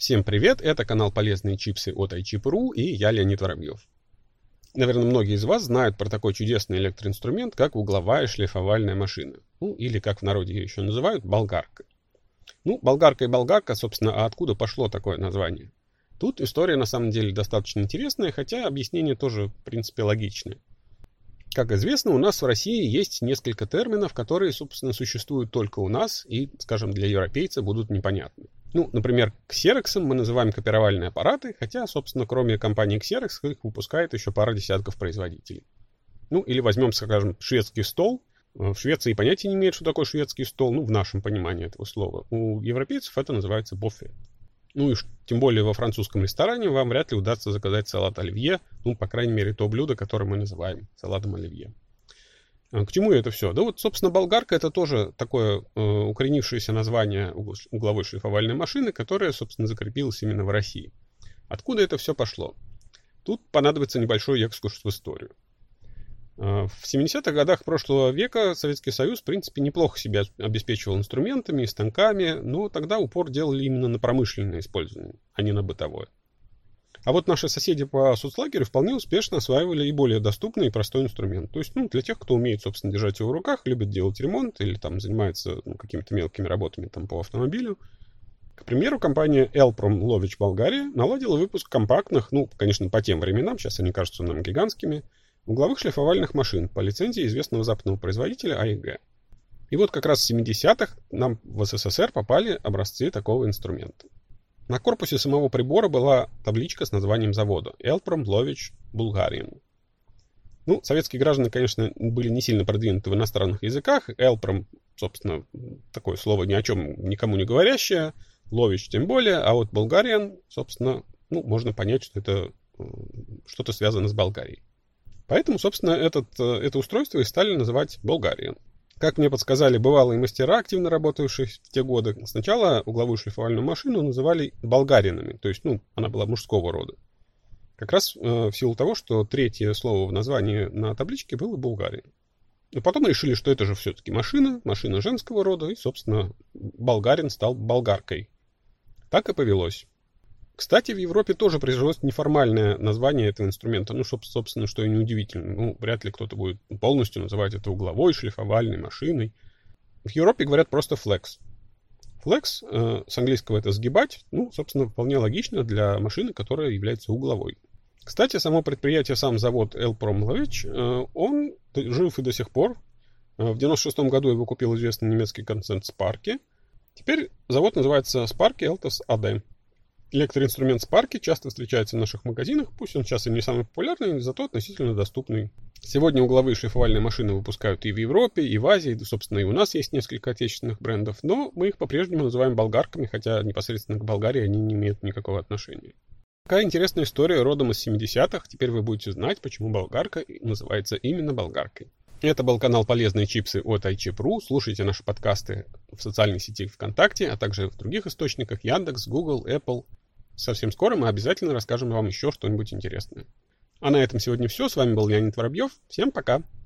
Всем привет, это канал «Полезные чипсы» от iChip.ru и я Леонид Воробьев. Наверное, многие из вас знают про такой чудесный электроинструмент, как угловая шлифовальная машина. Или как в народе ее еще называют, болгарка. Болгарка и болгарка, собственно, а откуда пошло такое название? Тут история на самом деле достаточно интересная, хотя объяснение тоже, в принципе, логичное. Как известно, у нас в России есть несколько терминов, которые, собственно, существуют только у нас и, скажем, для европейца будут непонятны. Например, ксероксом мы называем копировальные аппараты, хотя, собственно, кроме компании Xerox их выпускает еще пара десятков производителей. Или возьмем, скажем, шведский стол. В Швеции понятия не имеют, что такое шведский стол, в нашем понимании этого слова. У европейцев это называется буфет. И тем более во французском ресторане вам вряд ли удастся заказать салат оливье, по крайней мере, то блюдо, которое мы называем салатом оливье. К чему это все? Собственно, болгарка — это тоже такое укоренившееся название угловой шлифовальной машины, которая, собственно, закрепилась именно в России. Откуда это все пошло? Тут понадобится небольшой экскурс в историю. В 70-х годах прошлого века Советский Союз, в принципе, неплохо себя обеспечивал инструментами и станками, но тогда упор делали именно на промышленное использование, а не на бытовое. А вот наши соседи по соцлагерю вполне успешно осваивали и более доступный и простой инструмент. То есть, для тех, кто умеет, собственно, держать его в руках, любит делать ремонт или занимается какими-то мелкими работами по автомобилю. К примеру, компания Elprom Lovich Bulgaria наладила выпуск компактных, конечно, по тем временам, сейчас они кажутся нам гигантскими, угловых шлифовальных машин по лицензии известного западного производителя AEG. И вот как раз в 70-х нам в СССР попали образцы такого инструмента. На корпусе самого прибора была табличка с названием завода Elprom Lovich Bulgarian. Советские граждане, конечно, были не сильно продвинуты в иностранных языках. Elprom, собственно, такое слово ни о чем никому не говорящее. Lovich тем более. А вот Bulgarian, собственно, можно понять, что это что-то связано с Болгарией. Поэтому, собственно, это устройство и стали называть Bulgarian. Как мне подсказали бывалые мастера, активно работавшие в те годы, сначала угловую шлифовальную машину называли болгаринами, то есть, она была мужского рода. Как раз в силу того, что третье слово в названии на табличке было Bulgarian. Но потом решили, что это же все-таки машина женского рода, и, собственно, болгарин стал болгаркой. Так и повелось. Кстати, в Европе тоже прижилось неформальное название этого инструмента, собственно, что и неудивительно. Вряд ли кто-то будет полностью называть это угловой шлифовальной машиной. В Европе говорят просто flex. Flex, с английского это сгибать, собственно, вполне логично для машины, которая является угловой. Кстати, само предприятие, сам завод Elprom Lovich, он жив и до сих пор. В 1996 году его купил известный немецкий концерн Sparky. Теперь завод называется Sparky Eltos AD. Электроинструмент Sparky часто встречается в наших магазинах, пусть он сейчас и не самый популярный, зато относительно доступный. Сегодня угловые шлифовальные машины выпускают и в Европе, и в Азии, да, собственно, и у нас есть несколько отечественных брендов, но мы их по-прежнему называем болгарками, хотя непосредственно к Болгарии они не имеют никакого отношения. Такая интересная история родом из 70-х, теперь вы будете знать, почему болгарка называется именно болгаркой. Это был канал «Полезные чипсы» от iChip.ru. Слушайте наши подкасты в социальной сети ВКонтакте, а также в других источниках Яндекс, Google, Apple. Совсем скоро мы обязательно расскажем вам еще что-нибудь интересное. А на этом сегодня все. С вами был Леонид Воробьев. Всем пока!